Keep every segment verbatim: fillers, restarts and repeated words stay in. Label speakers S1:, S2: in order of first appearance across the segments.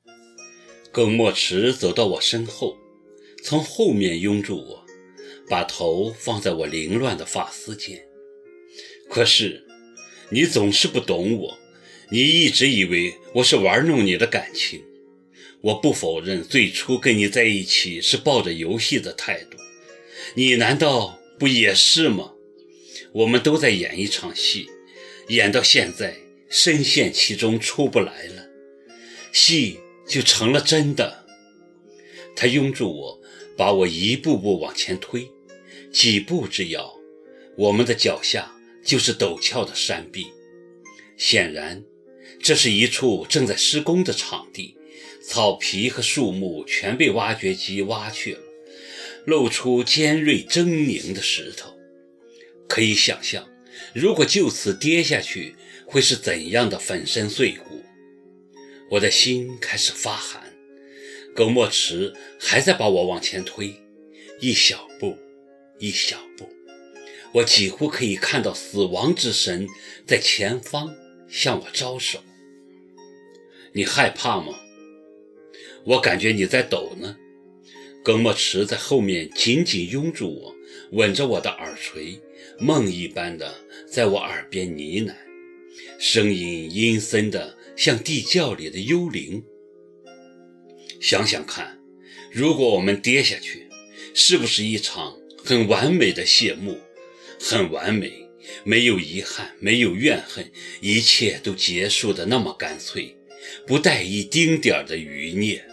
S1: 耿墨池走到我身后，从后面拥住我，把头放在我凌乱的发丝间。可是你总是不懂我，你一直以为我是玩弄你的感情。我不否认最初跟你在一起是抱着游戏的态度，你难道不也是吗？我们都在演一场戏，演到现在深陷其中出不来了，戏就成了真的。他拥住我，把我一步步往前推，几步之遥，我们的脚下就是陡峭的山壁。显然这是一处正在施工的场地，草皮和树木全被挖掘机挖去了，露出尖锐狰狞的石头。可以想象，如果就此跌下去，会是怎样的粉身碎骨。我的心开始发寒，耿墨池还在把我往前推，一小步一小步，我几乎可以看到死亡之神在前方向我招手。你害怕吗？我感觉你在抖呢。耿墨池在后面紧紧拥住我，吻着我的耳垂，梦一般的在我耳边呢喃，声音阴森的像地窖里的幽灵。想想看，如果我们跌下去，是不是一场很完美的谢幕？很完美，没有遗憾，没有怨恨，一切都结束的那么干脆，不带一丁点的余孽。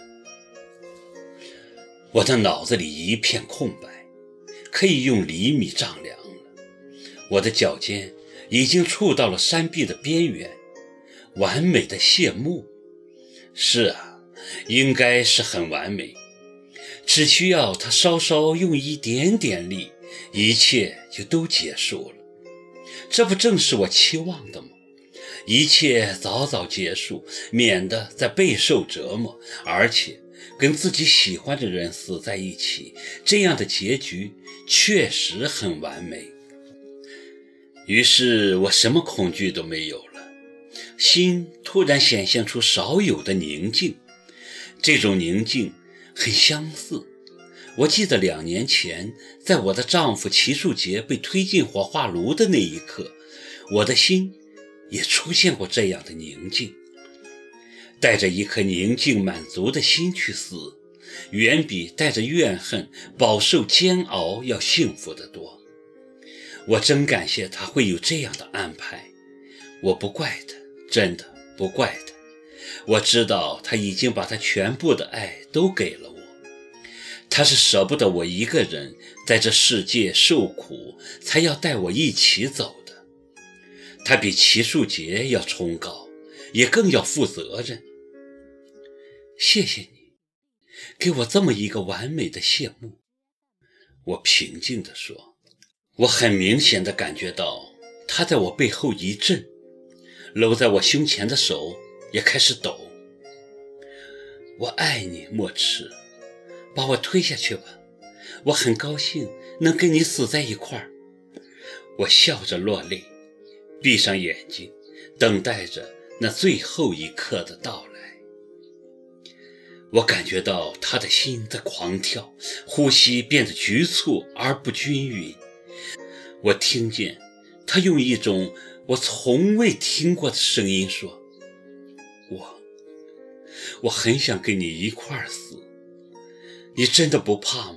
S1: 我的脑子里一片空白，可以用厘米丈量了。我的脚尖已经触到了山壁的边缘，完美的谢幕。是啊，应该是很完美，只需要他稍稍用一点点力，一切就都结束了。这不正是我期望的吗？一切早早结束，免得再备受折磨，而且跟自己喜欢的人死在一起，这样的结局确实很完美。于是我什么恐惧都没有了，心突然显现出少有的宁静。这种宁静很相似，我记得两年前，在我的丈夫齐树杰被推进火化炉的那一刻，我的心也出现过这样的宁静。带着一颗宁静满足的心去死，远比带着怨恨饱受煎熬要幸福得多。我真感谢他会有这样的安排，我不怪他，真的不怪他。我知道他已经把他全部的爱都给了我，他是舍不得我一个人在这世界受苦，才要带我一起走的。他比齐树杰要崇高，也更要负责任。谢谢你，给我这么一个完美的谢幕。我平静地说。我很明显地感觉到他在我背后一震，搂在我胸前的手也开始抖。我爱你，墨池，把我推下去吧，我很高兴能跟你死在一块儿。我笑着落泪，闭上眼睛，等待着那最后一刻的到来。我感觉到他的心在狂跳，呼吸变得局促而不均匀。我听见他用一种我从未听过的声音说，我我很想跟你一块儿死，你真的不怕吗？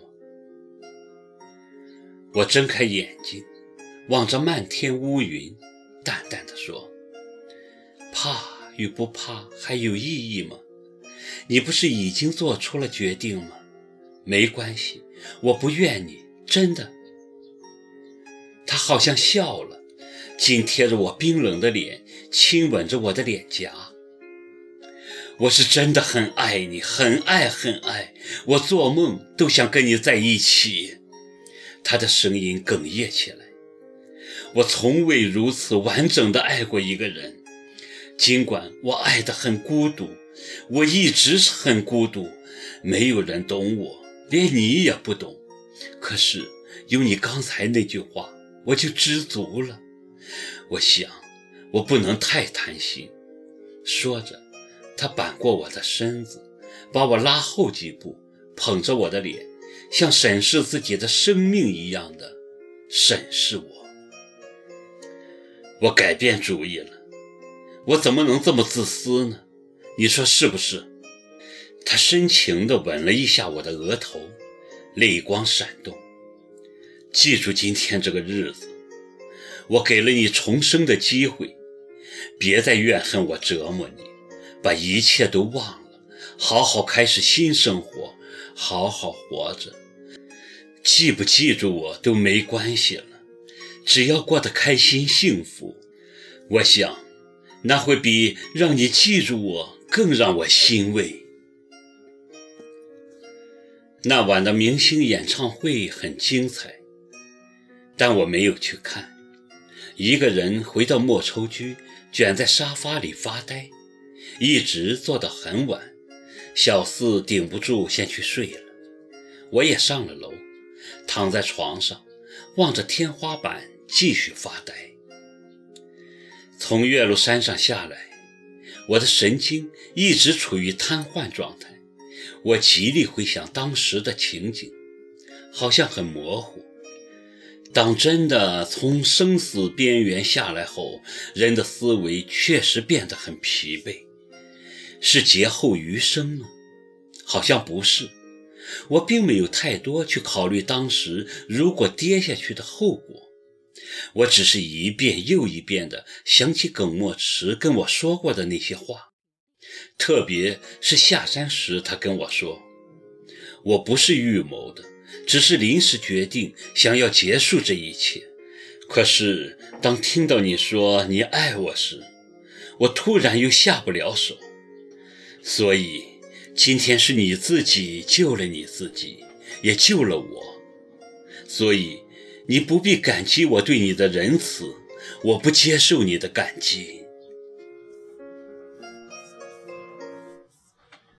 S1: 我睁开眼睛，望着漫天乌云，淡淡地说，怕与不怕还有意义吗？你不是已经做出了决定吗？没关系，我不怨你，真的。他好像笑了，紧贴着我冰冷的脸，亲吻着我的脸颊。我是真的很爱你，很爱很爱，我做梦都想跟你在一起。他的声音哽咽起来。我从未如此完整地爱过一个人，尽管我爱得很孤独，我一直是很孤独，没有人懂我，连你也不懂。可是有你刚才那句话，我就知足了。我想我不能太贪心。说着他扳过我的身子，把我拉后几步，捧着我的脸，像审视自己的生命一样的审视我。我改变主意了，我怎么能这么自私呢？你说是不是？他深情地吻了一下我的额头，泪光闪动。记住今天这个日子，我给了你重生的机会，别再怨恨我折磨你，把一切都忘了，好好开始新生活，好好活着。记不记住我都没关系了，只要过得开心幸福，我想那会比让你记住我更让我欣慰。那晚的明星演唱会很精彩，但我没有去看，一个人回到莫愁居，卷在沙发里发呆，一直坐到很晚。小四顶不住先去睡了，我也上了楼，躺在床上望着天花板继续发呆。从岳麓山上下来，我的神经一直处于瘫痪状态，我极力回想当时的情景，好像很模糊。当真的从生死边缘下来后，人的思维确实变得很疲惫。是劫后余生吗？好像不是。我并没有太多去考虑当时如果跌下去的后果，我只是一遍又一遍地想起耿墨池跟我说过的那些话，特别是下山时他跟我说，我不是预谋的，只是临时决定想要结束这一切。可是当听到你说你爱我时，我突然又下不了手。所以今天是你自己救了你自己，也救了我。所以你不必感激我对你的仁慈，我不接受你的感激。